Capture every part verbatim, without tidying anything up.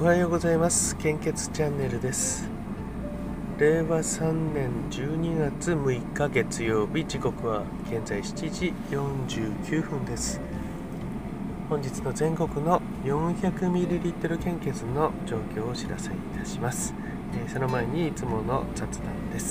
おはようございます。献血チャンネルです。れいわさんねんじゅうにがつむいか月曜日、時刻は現在しちじよんじゅうきゅうふんです。本日の全国の よんひゃくミリリットル 献血の状況をお知らせいたします。えー、その前にいつもの雑談です。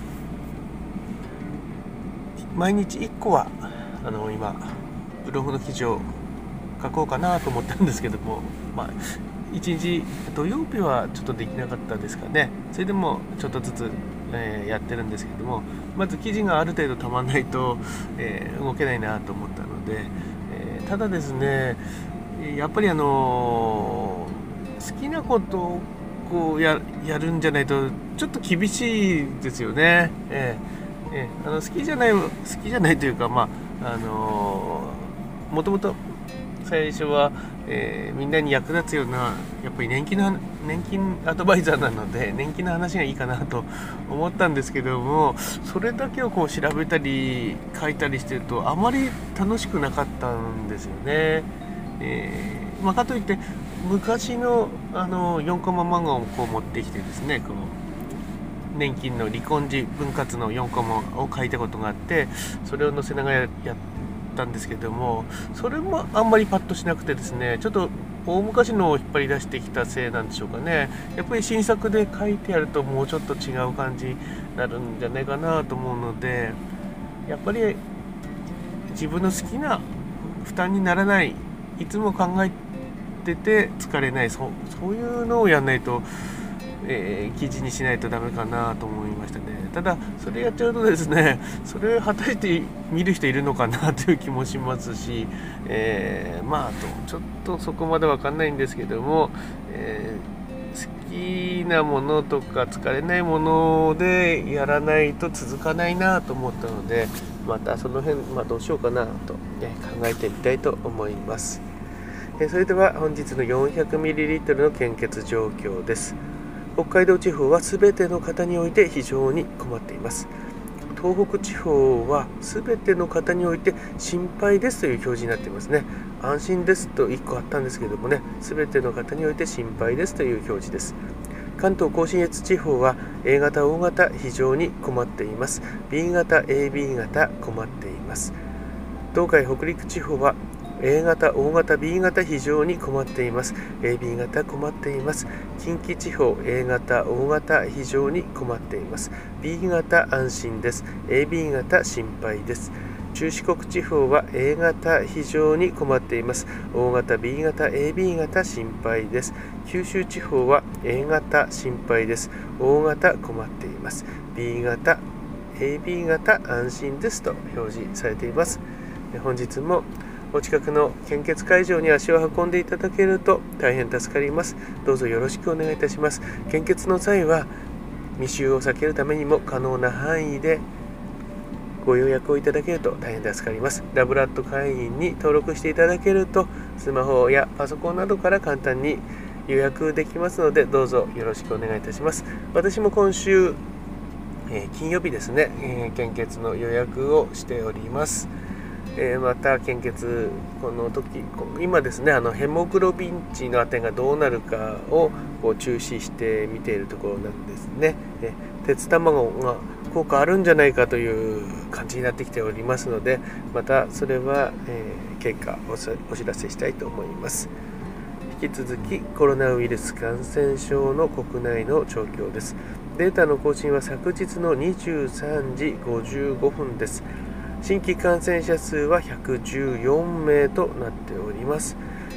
毎日いっこはあの今ブログの記事を書こうかなと思ったんですけども、まあいちにち土曜日はちょっとできなかったですかね。それでもちょっとずつ、えー、やってるんですけども、まず記事がある程度たまんないと、えー、動けないなと思ったので、えー、ただですね、やっぱりあのー、好きなことをこう や, やるんじゃないとちょっと厳しいですよね。えーえー、あの好きじゃない好きじゃないというか、まああのー、もともと最初は、えー、みんなに役立つようなやっぱり年金の年金アドバイザーなので年金の話がいいかなと思ったんですけども、それだけをこう調べたり書いたりしてるとあまり楽しくなかったんですよね。えーまあ、かといって昔の、あのよんコマ漫画をこう持ってきてですね、こう年金の離婚時分割のよんコマを書いたことがあって、それを載せながらやってたんですけども、それもあんまりパッとしなくてですね、ちょっと大昔のを引っ張り出してきたせいなんでしょうかね。やっぱり新作で書いてやるともうちょっと違う感じになるんじゃないかなと思うので、やっぱり自分の好きな負担にならない、いつも考えてて疲れない、そ う, そういうのをやんないと、えー、記事にしないとダメかなと思いましたね。ただそれやっちゃうとですね、それ果たして見る人いるのかなという気もしますし、えー、まあちょっとそこまでわかんないんですけども、えー、好きなものとか疲れないものでやらないと続かないなと思ったので、またその辺、まあ、どうしようかなと、ね、考えてみたいと思います。えー、それでは本日の よんひゃくミリリットル の献血状況です。北海道地方はすべての方において非常に困っています。東北地方はすべての方において心配ですという表示になっていますね。安心ですといっこあったんですけどもね、すべての方において心配ですという表示です。関東甲信越地方は エー 型、O 型非常に困っています。ビー 型、エービー 型困っています。東海北陸地方はA 型、O 型、ビー 型非常に困っています。エービー 型困っています。近畿地方 A 型、O 型非常に困っています。ビー 型安心です。エービー 型心配です。中四国地方は A 型非常に困っています。O 型、ビー 型、エービー 型心配です。九州地方は A 型心配です。O 型困っています。ビー 型、エービー 型安心ですと表示されています。本日もお近くの献血会場に足を運んでいただけると大変助かります。どうぞよろしくお願いいたします。献血の際は密集を避けるためにも可能な範囲でご予約をいただけると大変助かります。ラブラッド会員に登録していただけるとスマホやパソコンなどから簡単に予約できますので、どうぞよろしくお願いいたします。私も今週、えー、金曜日ですね、えー、献血の予約をしております。えー、また献血この時今ですね、あのヘモグロビン値の値がどうなるかをこう注視して見ているところなんですね。え鉄卵が効果あるんじゃないかという感じになってきておりますので、またそれは、えー、結果をお知らせしたいと思います。引き続きコロナウイルス感染症の国内の状況です。データの更新は昨日のにじゅうさんじごじゅうごふんです。新規感染者数はひゃくじゅうよんめいとなっております。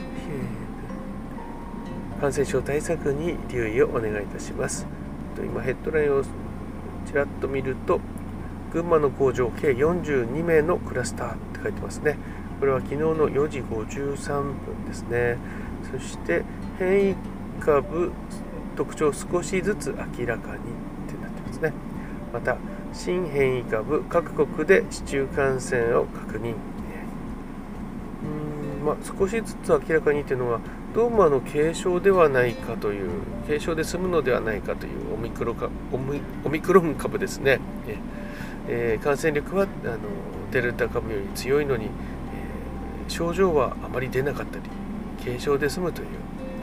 感染症対策に留意をお願いいたします。今ヘッドラインをちらっと見ると、群馬の工場計よんじゅうにめいのクラスターって書いてますね。これは昨日のよじごじゅうさんぷんですね。そして変異株特徴少しずつ明らかにってなってますね。また新変異株各国で市中感染を確認。うーん、まあ、少しずつ明らかにというのはどうもあの軽症ではないかという軽症で済むのではないかというオミクロかオミ、オミクロン株ですね。えー、感染力はあのデルタ株より強いのに、えー、症状はあまり出なかったり軽症で済むという、ね、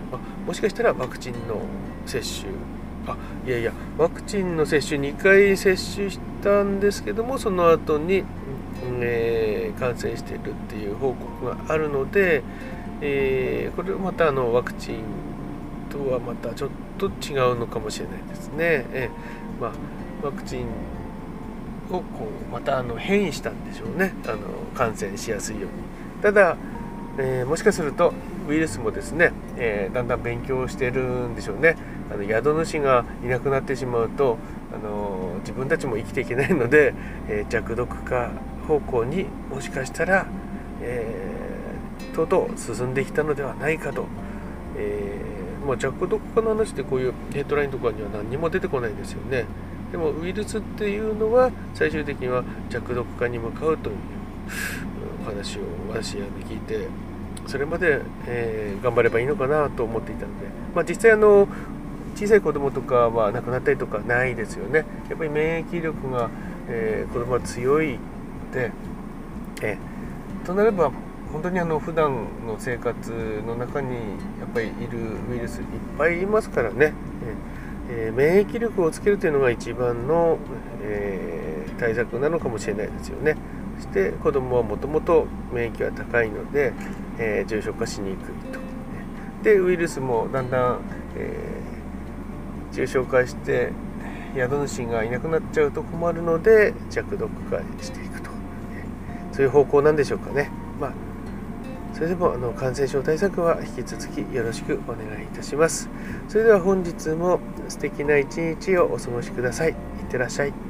あ、もしかしたらワクチンの接種、あ、いやいや、ワクチンの接種にかい接種したんですけども、その後に、えー、感染しているっていう報告があるので、えー、これまたあのワクチンとはまたちょっと違うのかもしれないですね。えーまあ、ワクチンをこうまたあの変異したんでしょうね、あの感染しやすいように。ただ、えー、もしかするとウイルスもですね、えー、だんだん勉強してるんでしょうね。あの宿主がいなくなってしまうと、あの自分たちも生きていけないので、えー、弱毒化方向にもしかしたら、えー、とうとう進んできたのではないかと。えーまあ、弱毒化の話ってこういうヘッドラインとかには何にも出てこないですよね。でもウイルスっていうのは最終的には弱毒化に向かうというお話を私は聞いて、それまで、えー、頑張ればいいのかなと思っていたので、まあ、実際あの小さい子供とかは亡くなったりとかないですよね。やっぱり免疫力が、えー、子供は強いので、えー、となれば本当にあの普段の生活の中にやっぱりいるウイルスいっぱいいますからね、えー、免疫力をつけるというのが一番の、えー、対策なのかもしれないですよね。そして子供はもともと免疫は高いので、えー、重症化しにくいと。でウイルスもだんだん、えー、重症化して宿主がいなくなっちゃうと困るので弱毒化していくと、そういう方向なんでしょうかね。まあそれでもあの感染症対策は引き続きよろしくお願いいたします。それでは本日も素敵な一日をお過ごしください。いってらっしゃい。